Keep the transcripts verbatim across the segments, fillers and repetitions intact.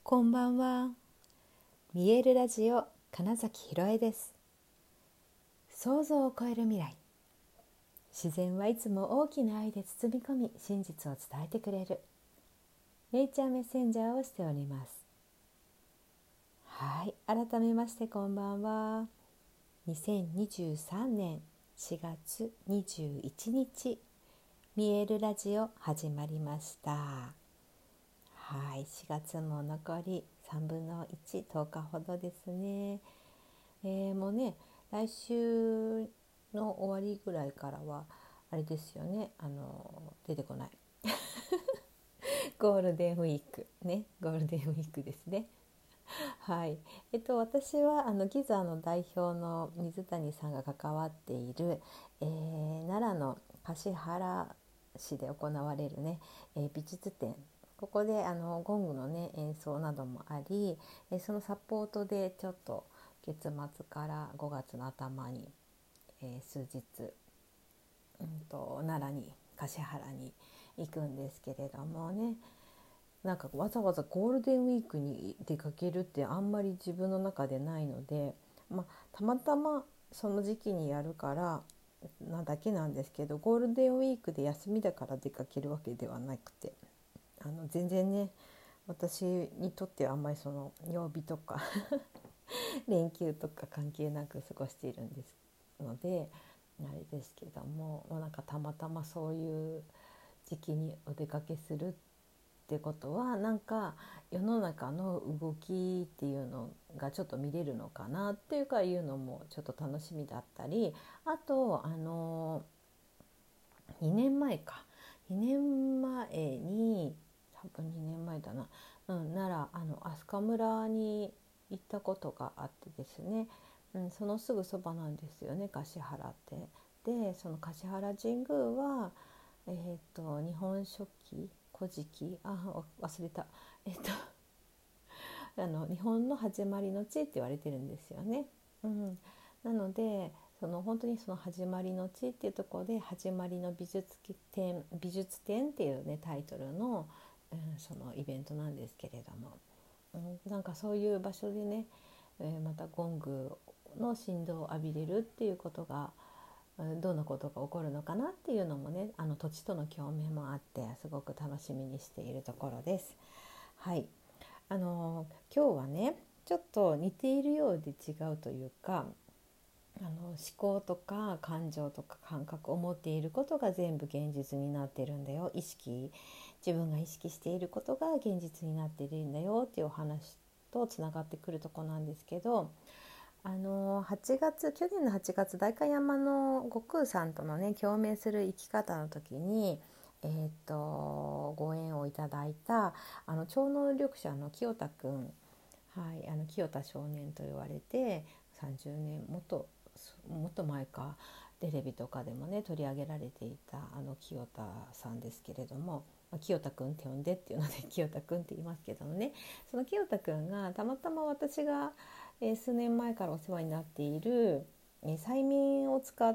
こんばんは。見えるラジオ金崎ひろえです。想像を超える未来。自然はいつも大きな愛で包み込み、真実を伝えてくれるネイチャーメッセンジャーをしております。はい、改めましてこんばんは。にせんにじゅうさんねんしがつにじゅういちにち、見えるラジオ始まりました。はい、しがつも残りさんぶんのいち、とおかほどですね。えー、もうね、来週の終わりぐらいからはあれですよね、あの出てこないゴールデンウィークね、ゴールデンウィークですね。はい、えっと私はあのギザの代表の水谷さんが関わっている、えー、奈良の橿原市で行われるね、えー、美術展、ここであのゴングのね演奏などもあり、えー、そのサポートでちょっと月末からごがつの頭に、えー、数日、うん、と奈良に橿原に行くんですけれどもね、なんかわざわざゴールデンウィークに出かけるってあんまり自分の中でないので、まあ、たまたまその時期にやるからなだけなんですけど、ゴールデンウィークで休みだから出かけるわけではなくて、あの全然ね、私にとってはあんまりその曜日とか連休とか関係なく過ごしているんですので、あれですけども、なんかたまたまそういう時期にお出かけするってことは、なんか世の中の動きっていうのがちょっと見れるのかなっていうかいうのもちょっと楽しみだったり、あとあのにねんまえかにねんまえに多分にねんまえだな、うん、奈良あの飛鳥村に行ったことがあってですね、うん、そのすぐそばなんですよね、橿原って。でその橿原神宮は、えー、と日本書紀古事記、あ忘れたえっ、とあの日本の始まりの地って言われてるんですよね。うん、なのでその本当にその始まりの地っていうところで、始まりの美術展美術展っていうねタイトルの、うん、そのイベントなんですけれども、うん、なんかそういう場所でね、えー、またゴングの振動を浴びれるっていうことが、どんなことが起こるのかなっていうのもね、あの土地との共鳴もあってすごく楽しみにしているところです。はい、あの今日はねちょっと似ているようで違うというか、あの思考とか感情とか感覚を持っていることが全部現実になってるんだよ、意識自分が意識していることが現実になっているんだよっていうお話とつながってくるとこなんですけど、あのはちがつ去年のはちがつ代官山の悟空さんとのね共鳴する生き方の時に、えー、とご縁をいただいたあの超能力者の清田くん、はい、あの清田少年と言われてさんじゅうねんもっともっと前か、テレビとかでもね取り上げられていたあの清田さんですけれども、まあ、清田くんって呼んでっていうので清田くんって言いますけどね、その清田くんがたまたま私が、えー、数年前からお世話になっている、えー、催眠を使った、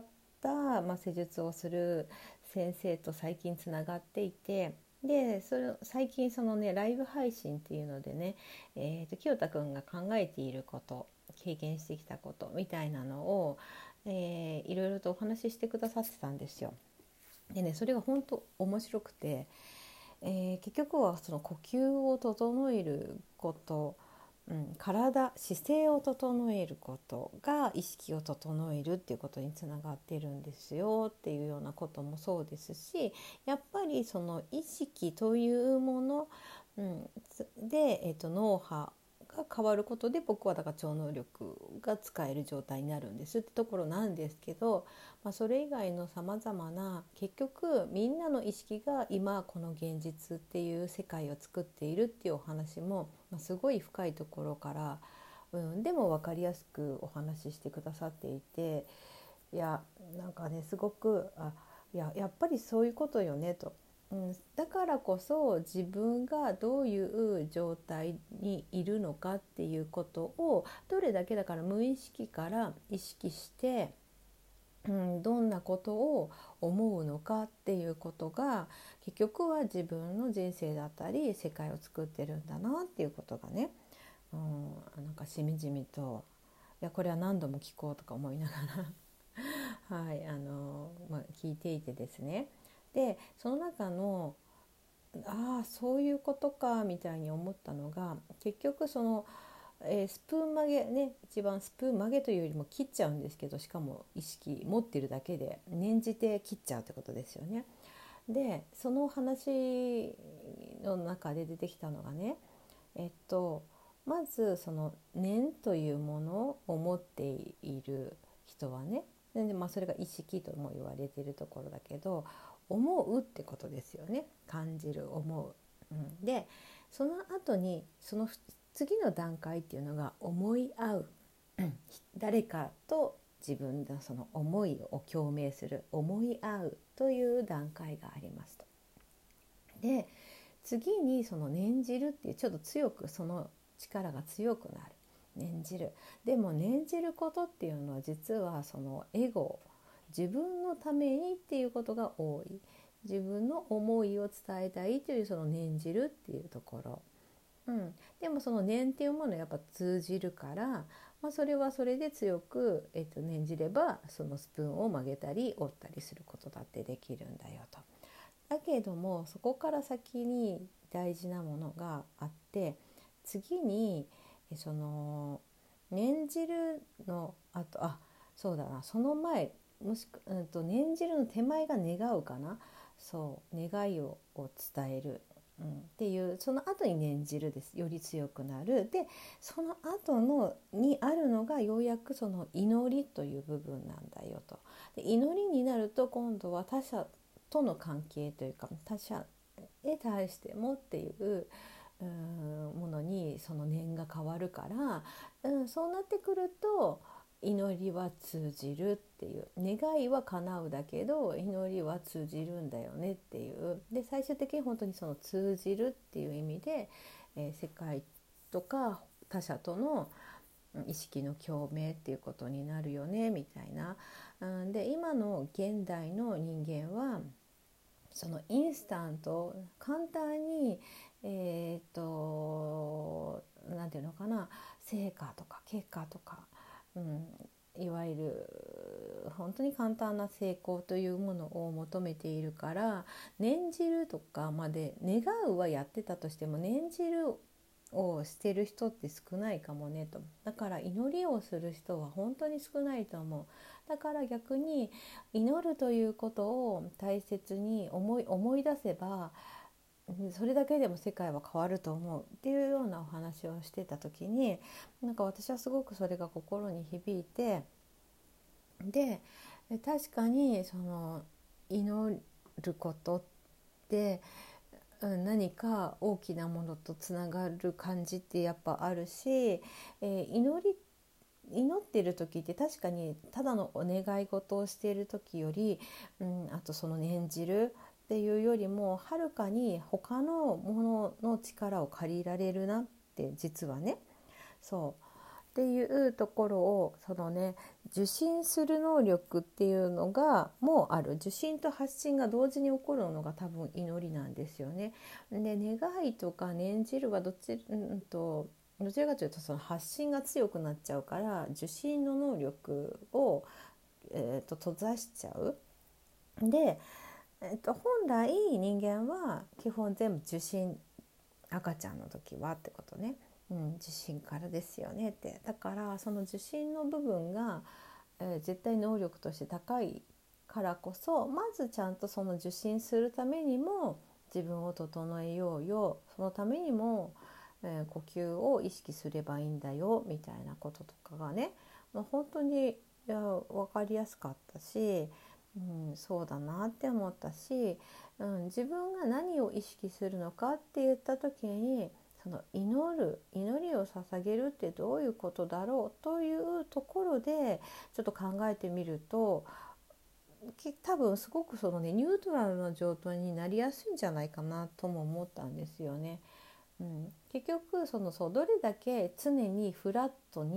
まあ、施術をする先生と最近つながっていて、でそれ最近そのねライブ配信っていうのでね、えー、と清田くんが考えていること、経験してきたことみたいなのを、えー、いろいろとお話ししてくださってたんですよ。でね、それが本当面白くて、えー、結局はその呼吸を整えること、うん、体姿勢を整えることが意識を整えるっていうことにつながってるんですよっていうようなこともそうですし、やっぱりその意識というもの、うん、で、えーと、脳波が変わることで僕はだから超能力が使える状態になるんですってところなんですけど、まあ、それ以外のさまざまな結局みんなの意識が今この現実っていう世界を作っているっていうお話も、まあ、すごい深いところから、うん、でも分かりやすくお話ししてくださっていて、いやなんかねすごくあいややっぱりそういうことよねと。うん、だからこそ自分がどういう状態にいるのかっていうことをどれだけだから無意識から意識してうん、どんなことを思うのかっていうことが結局は自分の人生だったり世界を作ってるんだなっていうことがね、うん、なんかしみじみと、いやこれは何度も聞こうとか思いながらはい、あの、まあ、聞いていてですね。でその中のああそういうことかみたいに思ったのが、結局その、えースプーン曲げね、一番スプーン曲げというよりも切っちゃうんですけど、しかも意識持ってるだけで念じて切っちゃうってことですよね。でその話の中で出てきたのがね、えっとまずその念というものを持っている人はね、で、まあ、それが意識とも言われているところだけど、思うってことですよね。感じる、思う、うん、でその後にその次の段階っていうのが思い合う誰かと自分のその思いを共鳴する思い合うという段階がありますと。で次にその念じるっていう、ちょっと強くその力が強くなる、念じる。でも念じることっていうのは実はそのエゴ、自分のためにっていうことが多い。自分の思いを伝えたいというその念じるっていうところ、うん、でもその念っていうものはやっぱ通じるから、まあ、それはそれで強く、えっと、念じればそのスプーンを曲げたり折ったりすることだってできるんだよと。だけどもそこから先に大事なものがあって、次にその念じるのあと、あ、そうだな、その前、もしく、うんと、念じるの手前が願うかな、そう願いを、を伝える、うん、っていう、その後に念じるです、より強くなる。でその後のにあるのがようやくその祈りという部分なんだよと。で祈りになると今度は他者との関係というか、他者へ対してもっていう、うん、ものにその念が変わるから、うん、そうなってくると祈りは通じるっていう、願いは叶うだけど祈りは通じるんだよねっていう。で最終的に本当にその通じるっていう意味で、えー世界とか他者との意識の共鳴っていうことになるよねみたいな。うん、で今の現代の人間はそのインスタント簡単に、えー、となんていうのかな、成果とか結果とか、うん、いわゆる本当に簡単な成功というものを求めているから、念じるとかまで願うはやってたとしても念じるをしてる人って少ないかもねと。だから祈りをする人は本当に少ないと思う。だから逆に祈るということを大切に思い、思い出せばそれだけでも世界は変わると思うっていうようなお話をしてた時に、なんか私はすごくそれが心に響いて、で確かにその祈ることって何か大きなものとつながる感じってやっぱあるし、えー、祈り祈ってる時って確かにただのお願い事をしている時より、うん、あとその念じるっていうよりもはるかに他のものの力を借りられるなって実はね、そうっていうところをそのね、受信する能力っていうのがもうある。受信と発信が同時に起こるのが多分祈りなんですよね。で願いとか念じるはどっち、うんとどちらかというとその発信が強くなっちゃうから受信の能力を、えー、と閉ざしちゃう。で、えー、と本来人間は基本全部受信、赤ちゃんの時はってことね、うん、受信からですよねって。だからその受信の部分が、えー絶対能力として高いからこそ、まずちゃんとその受信するためにも自分を整えようよ、そのためにも、えー呼吸を意識すればいいんだよみたいなこととかがね、まあ、本当にいや分かりやすかったし、うん、そうだなって思ったし、うん、自分が何を意識するのかって言った時に、その祈る、祈りを捧げるってどういうことだろうというところでちょっと考えてみると、多分すごくそのねニュートラルな状態になりやすいんじゃないかなとも思ったんですよね。うん、結局そのそうどれだけ常にフラットに、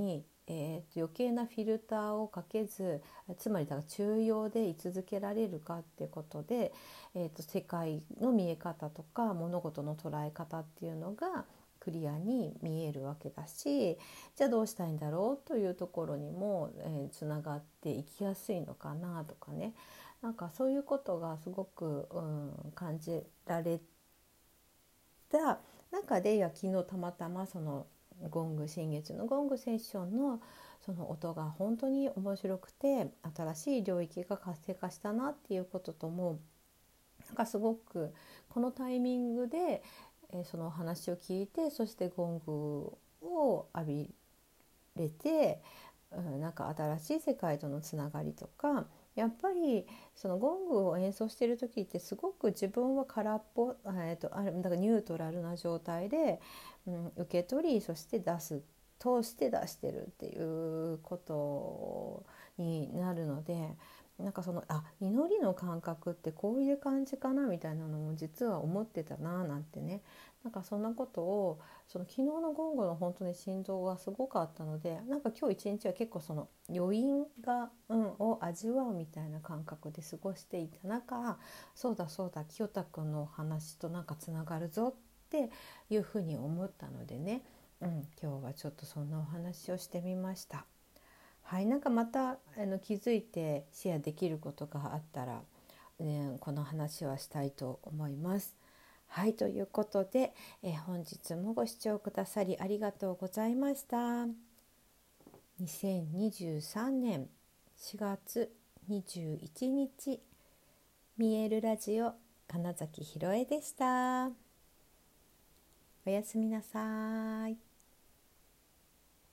えー、と余計なフィルターをかけず、つまりだから中庸で居続けられるかっていうことで、えー、と世界の見え方とか物事の捉え方っていうのがクリアに見えるわけだし、じゃあどうしたいんだろうというところにも、えー、つながっていきやすいのかなとかね、なんかそういうことがすごく、うん、感じられた中で、いや昨日たまたまそのゴング新月のゴングセッションのその音が本当に面白くて、新しい領域が活性化したなっていうこととも、なんかすごくこのタイミングで、えーそのお話を聞いて、そしてゴングを浴びれて、うん、なんか新しい世界とのつながりとか、やっぱりそのゴングを演奏している時ってすごく自分は空っぽ、えー、とあれだからニュートラルな状態で、うん、受け取り、そして出す、通して出してるっていうことになるので、なんかそのあ祈りの感覚ってこういう感じかなみたいなのも実は思ってたななんてね、なんかそんなことをその昨日のゴングの本当に振動がすごかったので、なんか今日一日は結構その余韻が、うん、を味わうみたいな感覚で過ごしていた中、そうだそうだ清田くんのお話となんかつながるぞっていうふうに思ったのでね、うん、今日はちょっとそんなお話をしてみました。はい、なんかまたあの気づいてシェアできることがあったら、ね、この話はしたいと思います。はい、ということで、えー本日もご視聴くださりありがとうございました。にせんにじゅうさんねんしがつにじゅういちにち、見えるラジオ金崎ひろえでした。おやすみなさい。